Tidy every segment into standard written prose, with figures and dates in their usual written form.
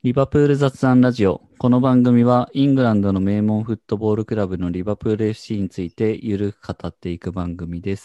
リバプール雑談ラジオ。この番組はイングランドの名門フットボールクラブのリバプール FC についてゆるく語っていく番組です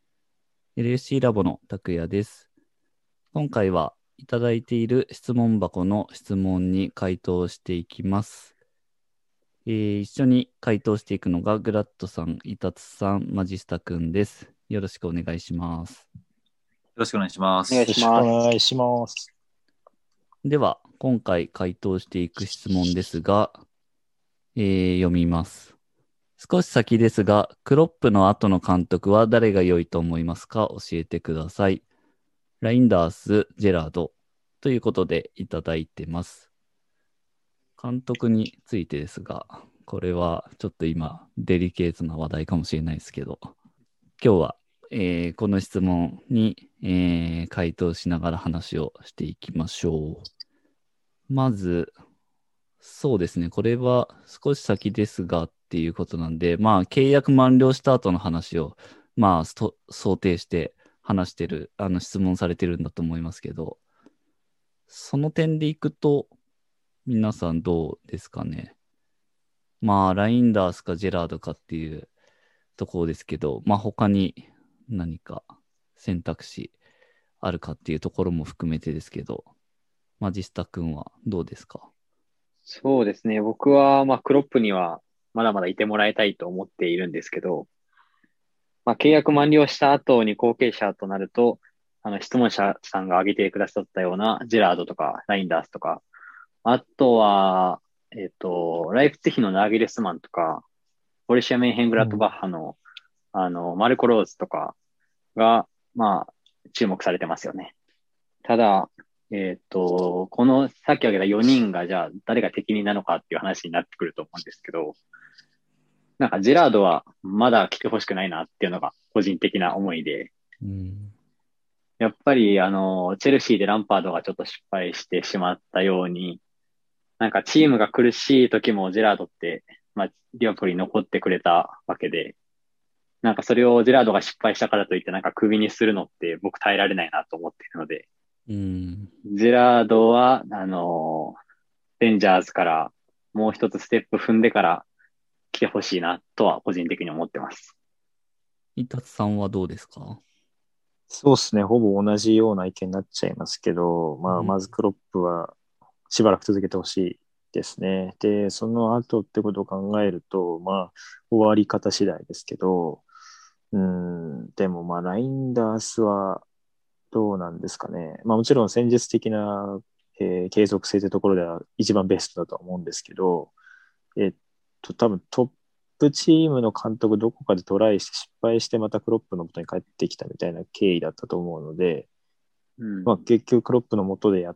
。LFC ラボの拓也です。今回はいただいている質問箱の質問に回答していきます。一緒に回答していくのがグラッドさん、イタツさん、マジスタくんです。よろしくお願いします。 よろしくお願いしまお願いす。 します。 お願いします。 では、今回回答していく質問ですが、読みます。少し先ですが、クロップの後の監督は誰が良いと思いますか？教えてください。ラインダース、ジェラードということでいただいてます。監督についてですが、これはちょっと今デリケートな話題かもしれないですけど、今日は、この質問に、回答しながら話をしていきましょう。まず、そうですね。これは少し先ですがっていうことなんで、まあ、契約満了した後の話を、まあ、想定して話してる、質問されてるんだと思いますけど、その点でいくと、皆さんどうですかね。まあ、ラインダースかジェラードかっていうところですけど、まあ、他に何か選択肢あるかっていうところも含めてですけど、マジスタ君はどうですか？ そうですね。僕は、クロップにはまだまだいてもらいたいと思っているんですけど、契約満了した後に後継者となると、質問者さんが挙げてくださったような、ジェラードとか、ラインダースとか、あとは、ライプツィヒのナーゲルスマンとか、ボルシア・メンヘングラッドバッハの、マルコ・ローズとかが、注目されてますよね。ただ、このさっき挙げた4人がじゃあ誰が適任なのかっていう話になってくると思うんですけど、なんかジェラードはまだ来てほしくないなっていうのが個人的な思いで、やっぱりチェルシーでランパードがちょっと失敗してしまったように、なんかチームが苦しい時もジェラードって、リバプールに残ってくれたわけで、なんかそれをジェラードが失敗したからといってなんかクビにするのって僕耐えられないなと思っているので、ジェラードは、レンジャーズからもう一つステップ踏んでから来てほしいなとは個人的に思ってます。 イタツさんはどうですか？ そうですね。ほぼ同じような意見になっちゃいますけど、まずクロップはしばらく続けてほしいですね。で、その後ってことを考えると、終わり方次第ですけど、でもラインダースはどうなんですかね。もちろん戦術的な、継続性というところでは一番ベストだと思うんですけど、多分トップチームの監督どこかでトライして失敗してまたクロップの元に帰ってきたみたいな経緯だったと思うので、結局クロップの元でやって、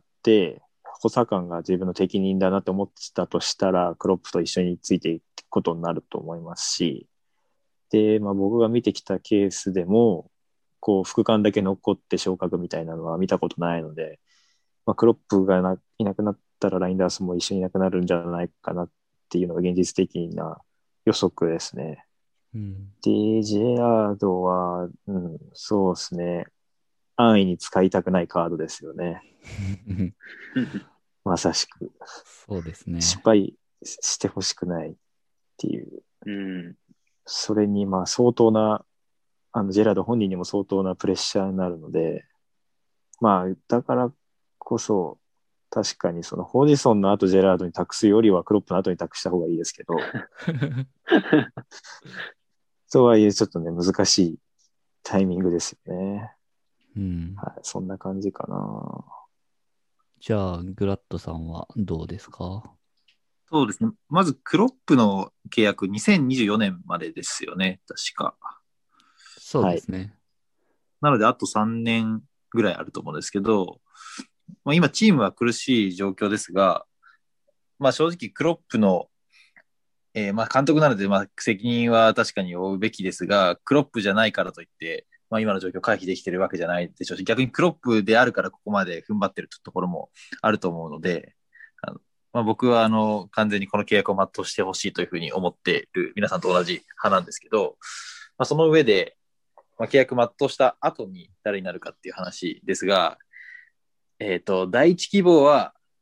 補佐官が自分の適任だなと思ってたとしたら、クロップと一緒についていくことになると思いますし、で、僕が見てきたケースでも、副官だけ残って昇格みたいなのは見たことないので、クロップがいなくなったらラインダースも一緒にいなくなるんじゃないかなっていうのが現実的な予測ですね。で、ジェラードは、そうですね。安易に使いたくないカードですよね。まさしく。 そうですね。 失敗してほしくないっていう。それに、相当な、ジェラード本人にも相当なプレッシャーになるので、だからこそ、確かにそのホジソンの後ジェラードに託すよりはクロップの後に託した方がいいですけど、とはいえちょっとね、難しいタイミングですよね。はい、そんな感じかな。 じゃあ、グラッドさんはどうですか？ そうですね。まず、クロップの契約2024年までですよね、確か。 そうですね。 なので、あと3年ぐらいあると思うんですけど、今、チームは苦しい状況ですが、正直、クロップの、監督なので、責任は確かに負うべきですが、クロップじゃないからといって、今の状況を回避できてるわけじゃないでしょうし、逆にクロップであるからここまで踏ん張ってるところもあると思うので、僕は完全にこの契約を全うしてほしいというふうに思っている皆さんと同じ派なんですけど、その上で、契約全うした後に誰になるかっていう話ですが、第一希望は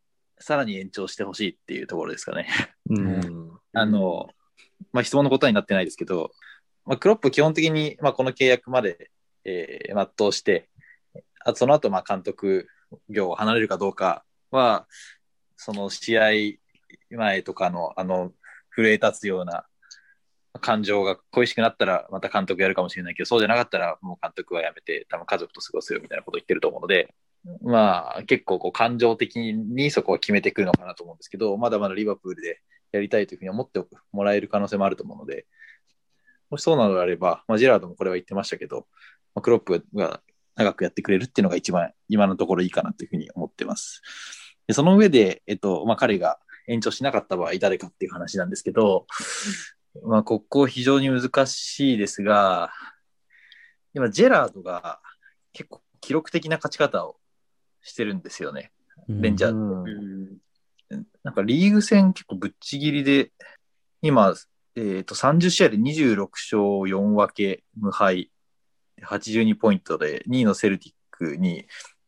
さらに延長してほしいっていうところですかね。 うん。 質問の答えになってないですけど、クロップ基本的に、この契約まで、全うして、その後、監督業を離れるかどうかは、その試合前とかの、震え立つような感情が恋しくなったら、また監督やるかもしれないけど、そうじゃなかったら、もう監督はやめて、多分家族と過ごすよみたいなことを言ってると思うので、結構感情的にそこは決めてくるのかなと思うんですけど、まだまだリバプールでやりたいというふうに思ってもらえる可能性もあると思うので、もしそうなのであれば、ジェラードもこれは言ってましたけど、クロップが長くやってくれるっていうのが一番今のところいいかなというふうに思ってます。でその上で、彼が延長しなかった場合誰かっていう話なんですけど、ここ非常に難しいですが、今ジェラードが結構記録的な勝ち方をしてるんですよね。レンジャーズ。なんかリーグ戦結構ぶっちぎりで、今、30試合で26勝4分け無敗、82ポイントで、2位のセルティックに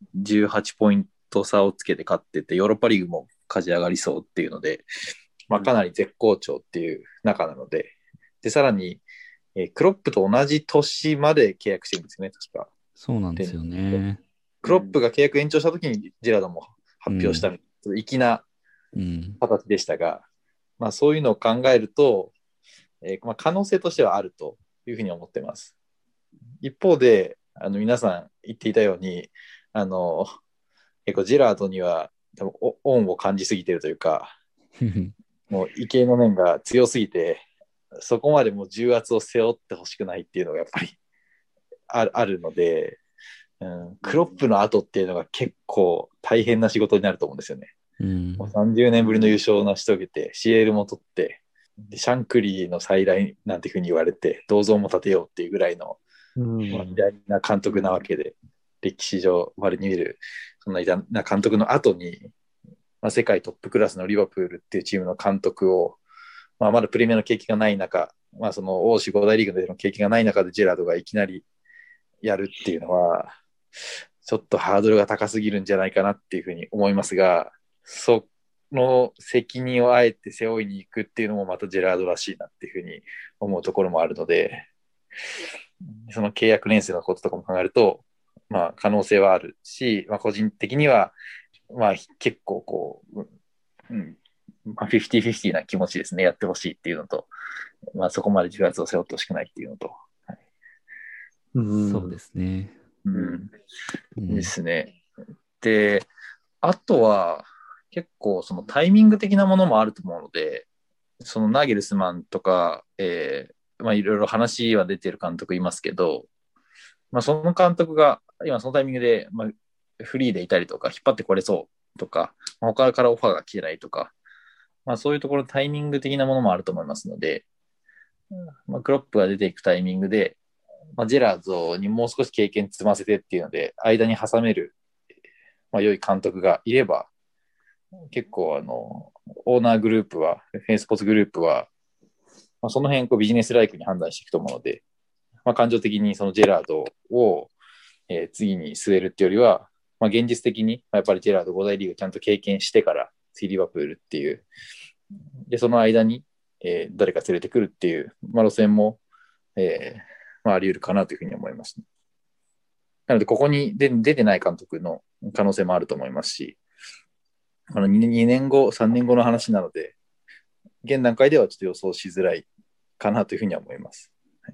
18ポイント差をつけて勝ってて、ヨーロッパリーグも勝ち上がりそうっていうので、かなり絶好調っていう中なので、で、さらに、クロップと同じ年まで契約してるんですよね、確か。 そうなんですよね。 クロップが契約延長した時にジェラードも発表した、粋な形でしたが、そういうのを考えると、可能性としてはあるというふうに思ってます。一方で、皆さん言っていたように、結構ジェラードには多分恩を感じすぎてるというか、もう畏敬の念が強すぎて、そこまでもう重圧を背負ってほしくないっていうのがやっぱりあるので、クロップの後っていうのが結構大変な仕事になると思うんですよね。もう30年ぶりの優勝を成し遂げて、CL も取って、でシャンクリーの再来なんていうふうに言われて、銅像も建てようっていうぐらいの、偉大な監督なわけで、歴史上割に見る、そんな偉大な監督の後に、世界トップクラスのリバプールっていうチームの監督を、まだプレミアの経験がない中、その欧州5大リーグでの経験がない中でジェラードがいきなりやるっていうのは、ちょっとハードルが高すぎるんじゃないかなっていうふうに思いますが、その責任をあえて背負いに行くっていうのもまたジェラードらしいなっていうふうに思うところもあるので、その契約年数のこととかも考えると、可能性はあるし、個人的には、結構50-50な気持ちですね、やってほしいっていうのと、そこまで重圧を背負ってほしくないっていうのと。はい、 そうですね。 ですね。で、あとは、結構そのタイミング的なものもあると思うので、そのナーゲルスマンとか、いろいろ話は出てる監督いますけど、その監督が今そのタイミングで、フリーでいたりとか、引っ張ってこれそうとか、他からオファーが来てないとか、そういうところタイミング的なものもあると思いますので、クロップが出ていくタイミングで、ジェラードにもう少し経験積ませてっていうので、間に挟める、良い監督がいれば、結構オーナーグループは、フェンスポーツグループは、その辺ビジネスライクに判断していくと思うので、感情的にそのジェラードを、次に据えるっていうよりは、現実的にやっぱりジェラード5大リーグちゃんと経験してから次リバプールっていう、でその間に、誰か連れてくるっていう、路線も、あり得るかなというふうに思います、ね。なのでここに出てない監督の可能性もあると思いますし、2年後、3年後の話なので、現段階ではちょっと予想しづらいかなというふうには思います。はい、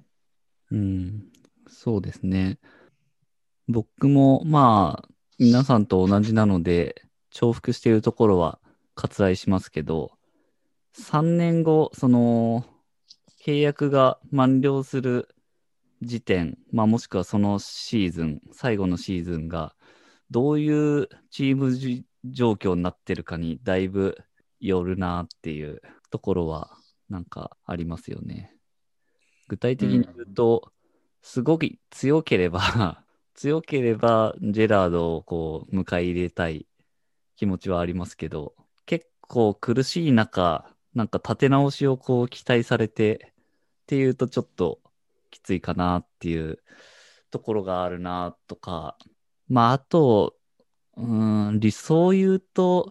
そうですね。僕も皆さんと同じなので、重複しているところは割愛しますけど、3年後、その契約が満了する時点、もしくはそのシーズン、最後のシーズンがどういうチーム状況になってるかにだいぶよるなっていうところはなんかありますよね。具体的に言うと、すごく強ければジェラードを迎え入れたい気持ちはありますけど、結構苦しい中、なんか立て直しを期待されてっていうとちょっときついかなっていうところがあるなとか、あと、理想を言うと、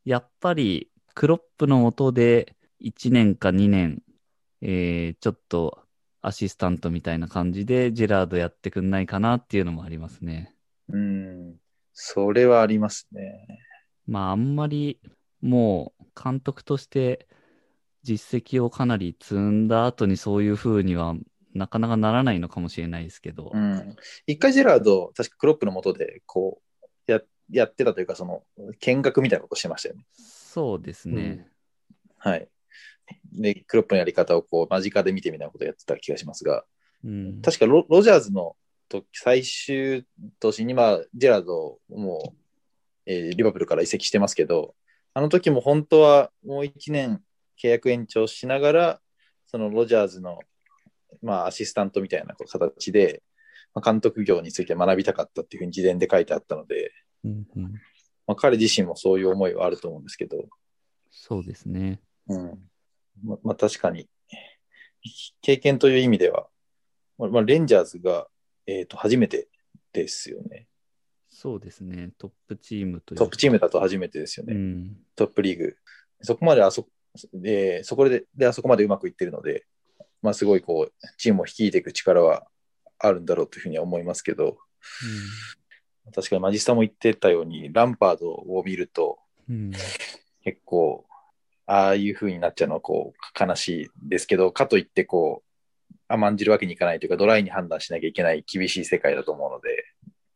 やっぱりクロップの下で1年か2年、ちょっとアシスタントみたいな感じでジェラードやってくんないかなっていうのもありますね。 それはありますね。 まああんまりもう監督として実績をかなり積んだ後にそういう風にはなかなかならないのかもしれないですけど。 一回ジェラード、確かクロップの下でこうやってたというか、その見学みたいなことしてましたよね。 そうですね。 はい。で、クロップのやり方をこう間近で見てみたいなことをやってた気がしますが、確かロジャーズの時最終年にジェラードもリバプールから移籍してますけど、あの時も本当はもう1年契約延長しながら、そのロジャーズのアシスタントみたいな形で、監督業について学びたかったっていうふうに自伝で書いてあったので、彼自身もそういう思いはあると思うんですけど。 そうですね。 確かに、経験という意味では、レンジャーズが、初めてですよね。 そうですね。トップチームというトップチームだと初めてですよね。トップリーグ。そこまでそこまでうまくいってるので、すごいこう、チームを率いていく力はあるんだろうというふうには思いますけど、確かにマジスタも言ってたように、ランパードを見ると、結構、ああいう風になっちゃうのはこう悲しいですけど、かといってこう甘んじるわけにいかないというか、ドライに判断しなきゃいけない厳しい世界だと思うので、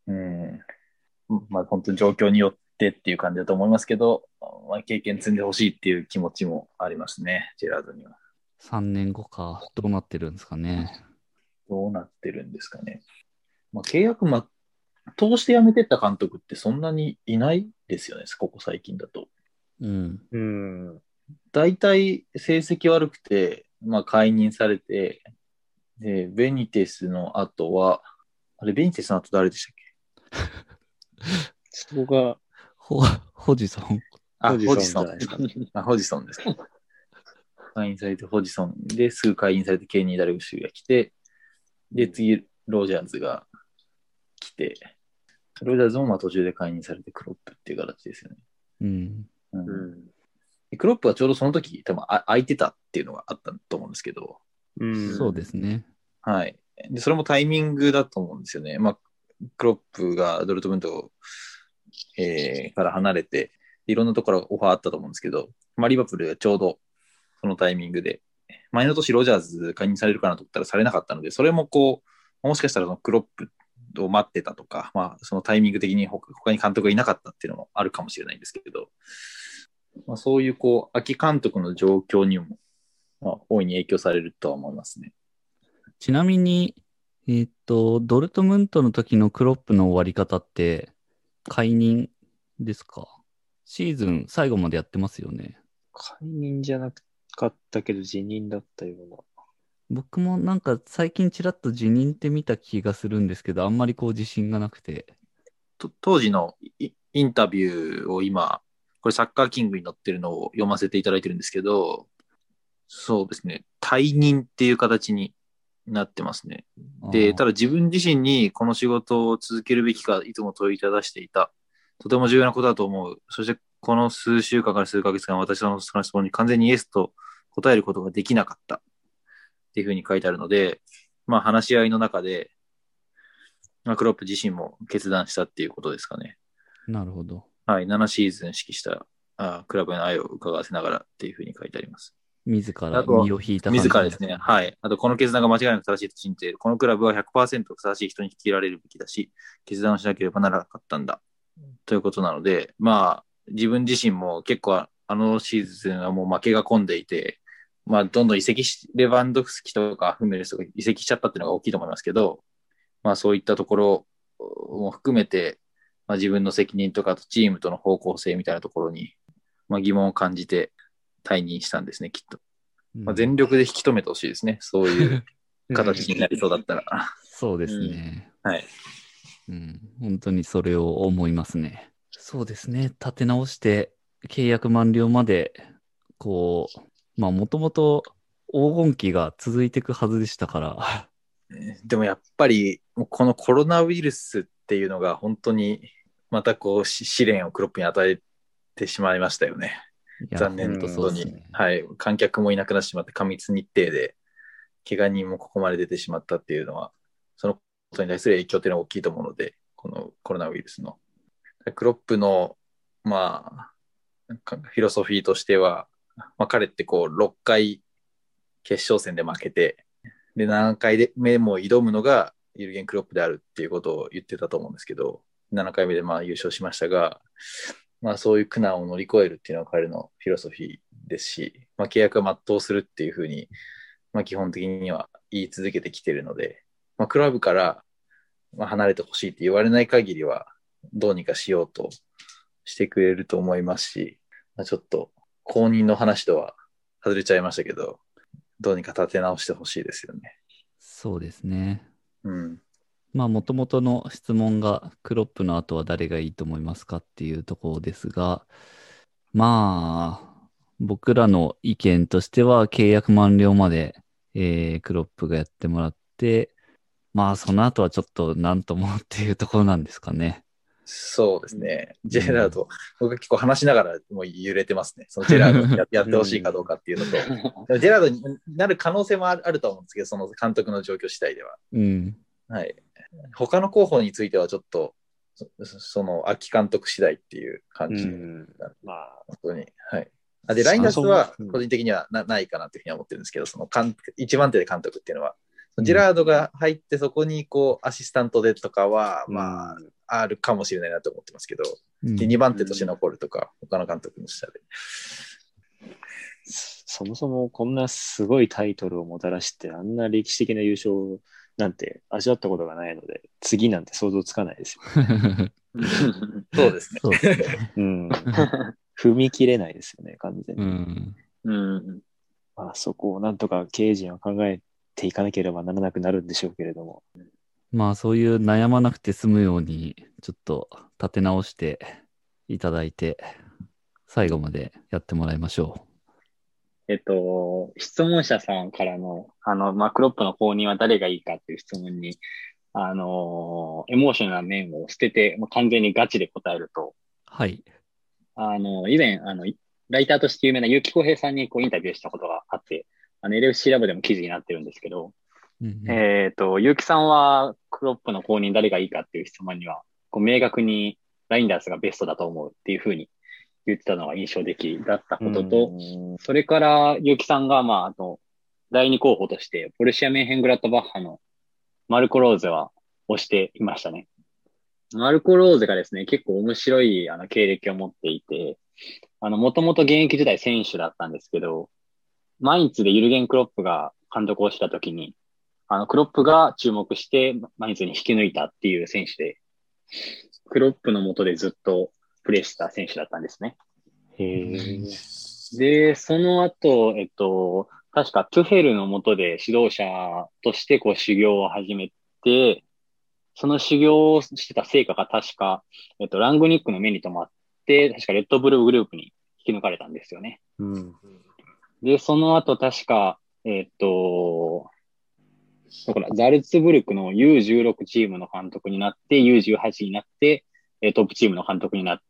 本当に状況によってっていう感じだと思いますけど、経験積んでほしいっていう気持ちもありますね、ジェラードには。 3年後か、どうなってるんですかね。 どうなってるんですかね。契約通して辞めてった監督ってそんなにいないですよね、ここ最近だと。大体成績悪くて、解任されて、で、ベニテスの後は、ベニテスの後誰でしたっけ？ そこが、 ホジソン。 ホジソンですか。ホジソンですか。解任されて、ホジソンですぐ解任されて、ケイニー・ダルビッシュが来て、で、次、ロジャーズが来て、ロジャーズも途中で解任されて、クロップっていう形ですよね。クロップはちょうどその時、多分空いてたっていうのがあったと思うんですけど。 そうですね。 はい。で、それもタイミングだと思うんですよね。クロップがドルトムント、から離れて、いろんなところオファーあったと思うんですけど、リバプールがちょうどそのタイミングで、前の年ロジャーズ解任されるかなと思ったらされなかったので、それもこう、もしかしたらそのクロップを待ってたとか、そのタイミング的に他に監督がいなかったっていうのもあるかもしれないんですけど、そういうこう、秋監督の状況にも、大いに影響されるとは思いますね。 ちなみに、ドルトムントの時のクロップの終わり方って、解任ですか？シーズン最後までやってますよね。 解任じゃなかったけど辞任だったような。 僕もなんか最近ちらっと辞任って見た気がするんですけど、あんまりこう自信がなくて。 当時のインタビューを今、これサッカーキングに載ってるのを読ませていただいてるんですけど、そうですね、退任っていう形になってますね。で、ただ自分自身にこの仕事を続けるべきか、いつも問いただしていた。とても重要なことだと思う。そしてこの数週間から数ヶ月間、私のその質問に完全にイエスと答えることができなかった。っていうふうに書いてあるので、話し合いの中で、クロップ自身も決断したっていうことですかね。 なるほど。 はい、7シーズン指揮したクラブへの愛を伺わせながらっていうふうに書いてあります。 自ら身を引いた感じ自らですね。はい。あと、この決断が間違いなく正しいと信じている。このクラブは 100% 正しい人に引き入れられるべきだし、決断をしなければならなかったんだ。ということなので、自分自身も結構あのシーズンはもう負けが込んでいて、どんどんレバンドフスキとかフメルスとか移籍しちゃったっていうのが大きいと思いますけど、そういったところも含めて、自分の責任とかチームとの方向性みたいなところに、疑問を感じて退任したんですね、きっと。全力で引き止めてほしいですね。そういう形になりそうだったら。 そうですね。 はい。 本当にそれを思いますね。そうですね。立て直して契約満了まで、もともと黄金期が続いていくはずでしたから。 でもやっぱり、このコロナウイルスっていうのが本当にまたこう試練をクロップに与えてしまいましたよね。 いや残念なほんとことに、 そうですね。 はい、観客もいなくなってしまって過密日程で怪我人もここまで出てしまったっていうのは、そのことに対する影響っていうのは大きいと思うので、このコロナウイルスの。クロップの、まあ、フィロソフィーとしては、まあ、彼ってこう6回決勝戦で負けて、で7回目も挑むのがユルゲン・クロップであるっていうことを言ってたと思うんですけど、7回目でまあ優勝しましたが、まあ、そういう苦難を乗り越えるっていうのが彼のフィロソフィーですし、まあ、契約は全うするっていうふうに、まあ、基本的には言い続けてきているので、まあ、クラブから離れてほしいって言われない限りはどうにかしようとしてくれると思いますし、まあ、ちょっと公認の話とは外れちゃいましたけど、どうにか立て直してほしいですよね。 そうですね。 うん。 まあ、もともとの質問が、クロップの後は誰がいいと思いますかっていうところですが、まあ、僕らの意見としては、契約満了まで、クロップがやってもらって、まあ、その後はちょっとなんともっていうところなんですかね。 そうですね。ジェラード、僕結構話しながらもう揺れてますね。そのジェラードやってほしいかどうかっていうのと、でもジェラードになる可能性もあると思うんですけど、その監督の状況次第では。 うん。 はい。他の候補についてはちょっと、その秋監督次第っていう感じ。 まあ、 本当に。はい。で、ラインダースは個人的にはないかなというふうに思ってるんですけど、その一番手で監督っていうのは、ジェラードが入ってそこにこうアシスタントでとかは、まあ、あるかもしれないなと思ってますけど、で2番手として残るとか、他の監督の下で。 そもそもこんなすごいタイトルをもたらして、あんな歴史的な優勝なんて味わったことがないので、次なんて想像つかないですよ。 そうですね。 そうですね。 踏み切れないですよね、完全に。まあ、そこをなんとか経営陣は考えていかなければならなくなるんでしょうけれども。 まあそういう悩まなくて済むようにちょっと立て直していただいて最後までやってもらいましょ質問者さんからの、クロップの後任は誰がいいかっていう質問に、エモーショナルな面を捨てて、完全にガチで答えると、 はい。 以前、ライターとして有名な結城康平さんにこうインタビューしたことがあって、LFC ラボでも記事になってるんですけど、結城さんはクロップの後任誰がいいかっていう質問には、こう明確にラインダースがベストだと思うっていうふうに言ってたのが印象的だったことと、それから結城さんが、第二候補として、ボルシア・メンヘングラッドバッハのマルコ・ローゼは推していましたね。マルコ・ローゼがですね、結構面白い経歴を持っていて、もともと現役時代選手だったんですけど、マインツでユルゲン・クロップが監督をしたときに、クロップが注目してマインツに引き抜いたっていう選手で、クロップの下でずっとプレーした選手だったんですね。で、その後、確かトゥフェルの下で指導者としてこう修行を始めて、その修行をしてた成果が確か、ラングニックの目に留まって、確かレッドブルグループに引き抜かれたんですよね。で、その後確か、ザルツブルクの U16 チームの監督になって、U18 になって、トップチームの監督になって、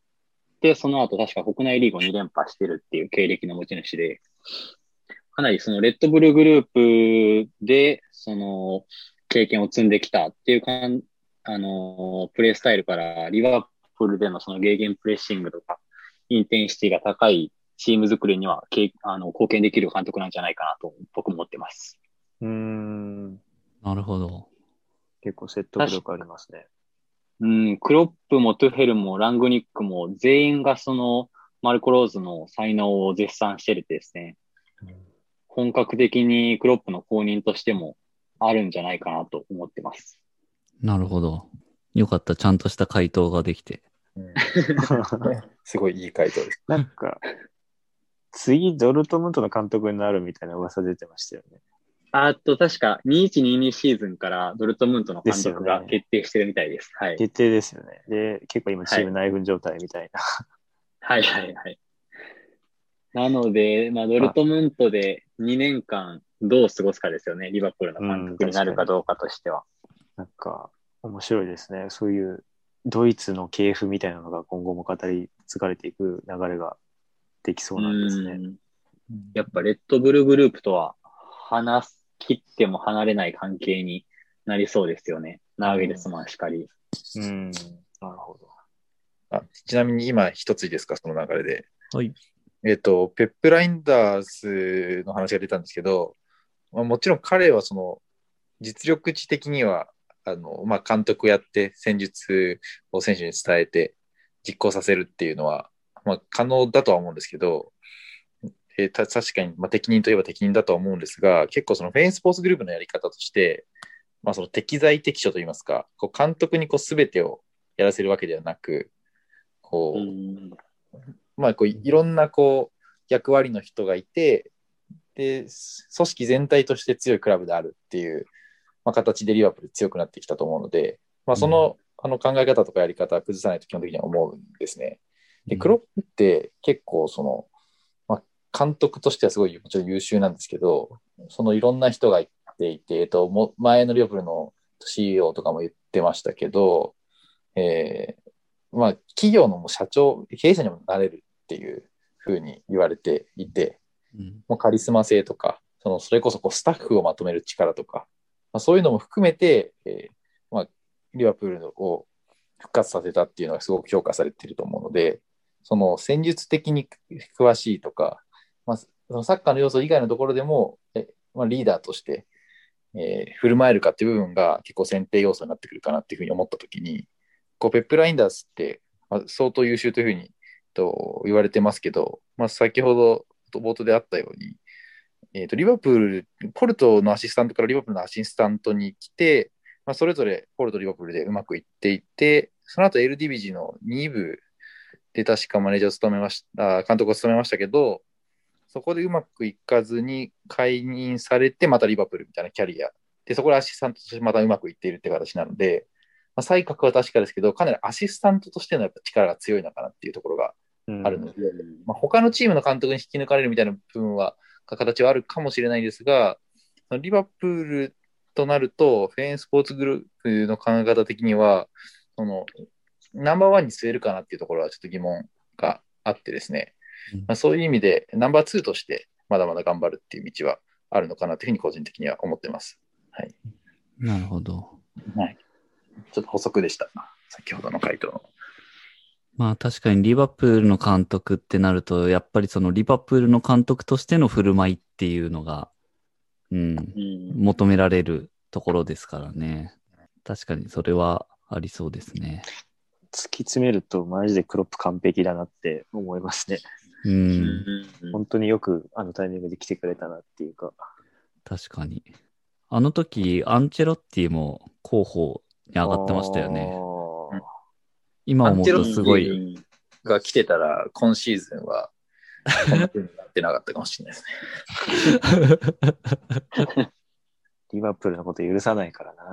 その後確か国内リーグを2連覇してるっていう経歴の持ち主で、かなりそのレッドブルグループで、その経験を積んできたっていうプレースタイルからリバプールでのそのゲーゲンプレッシングとか、インテンシティが高いチーム作りには貢献できる監督なんじゃないかなと僕も思ってます。 なるほど。 結構説得力ありますね。 クロップもトゥフェルもラングニックも全員がそのマルコ・ローズの才能を絶賛してるってですね、本格的にクロップの後任としてもあるんじゃないかなと思ってます。 なるほど。よかった。ちゃんとした回答ができて。 すごいいい回答です。 なんか、次ドルトムントの監督になるみたいな噂出てましたよね。 確か2122シーズンからドルトムントの監督が決定してるみたいです。はい。 決定ですよね。で、結構今チーム内紛状態みたいな。 はいはいはい。なので、ドルトムントで2年間どう過ごすかですよね。リバプールの監督になるかどうかとしては。 なんか、面白いですね。そういうドイツの系譜みたいなのが今後も語り継がれていく流れができそうなんですね。 やっぱレッドブルグループとは切っても離れない関係になりそうですよね。ナーゲルスマンしかり。 なるほど。 ちなみに今一ついいですか、その流れで。 はい。 ペップラインダースの話が出たんですけど、もちろん彼はその実力値的には監督やって戦術を選手に伝えて実行させるっていうのは、可能だとは思うんですけど、確かに、適任といえば適任だとは思うんですが、結構そのフェインスポーツグループのやり方として、その適材適所といいますか、監督に全てをやらせるわけではなく、いろんな役割の人がいて、で、組織全体として強いクラブであるっていう、形でリバプール強くなってきたと思うので、その、考え方とかやり方は崩さないと基本的には思うんですね。で、クロップって結構監督としてはすごいもちろん優秀なんですけど、そのいろんな人がいて、前のリバプールの CEO とかも言ってましたけど、企業の社長、経営者にもなれるっていうふうに言われていて、もうカリスマ性とか、それこそスタッフをまとめる力とか、そういうのも含めて、リバプールを復活させたっていうのがすごく評価されていると思うので、その戦術的に詳しいとか、そのサッカーの要素以外のところでも、リーダーとして、振る舞えるかっていう部分が結構選定要素になってくるかなっていうふうに思ったときに、ペップラインダースって、相当優秀というふうに言われてますけど、先ほど冒頭であったように、リバプール、ポルトのアシスタントからリバプールのアシスタントに来て、それぞれポルト、リバプールでうまくいっていて、その後エルディビジの2部で確かマネージャーを務めました、監督を務めましたけど、そこでうまくいかずに解任されて、またリバプールみたいなキャリア。で、そこでアシスタントとしてまたうまくいっているって形なので、才覚は確かですけど、かなりアシスタントとしてのやっぱ力が強いのかなっていうところがあるので、他のチームの監督に引き抜かれるみたいな部分は、形はあるかもしれないですが、リバプールとなると、フェインスポーツグループの考え方的には、ナンバーワンに据えるかなっていうところはちょっと疑問があってですね、そういう意味でナンバーツーとしてまだまだ頑張るっていう道はあるのかなというふうに個人的には思ってます。はい。 なるほど。 はい。ちょっと補足でした。先ほどの回答の。 確かにリバプールの監督ってなると、やっぱりそのリバプールの監督としての振る舞いっていうのが、求められるところですからね。確かにそれはありそうですね。 突き詰めるとマジでクロップ完璧だなって思いますね。本当によくあのタイミングで来てくれたなっていうか。 確かに。あの時、アンチェロッティも候補に上がってましたよね。今思うとすごい。 が来てたら、今シーズンは、こんな風になってなかったかもしれないですね。 リバプールのこと許さないから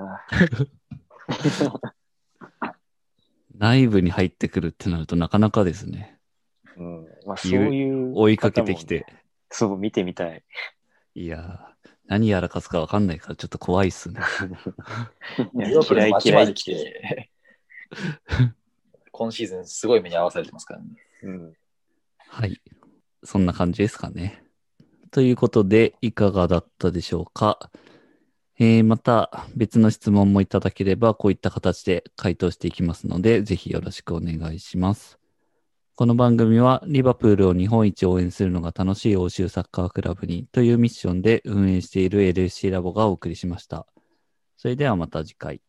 な。内部に入ってくるってなるとなかなかですね。 そういう追いかけてきて。 そう、見てみたい。 いやー、何やらかすか分かんないからちょっと怖いっすね。 嫌い嫌い来て、今シーズンすごい目に遭わされてますからね。 はい。そんな感じですかね。ということで、いかがだったでしょうか。また別の質問もいただければ、こういった形で回答していきますので、ぜひよろしくお願いします。この番組は、リバプールを日本一応援するのが楽しい欧州サッカークラブにというミッションで運営している LFC ラボがお送りしました。それではまた次回。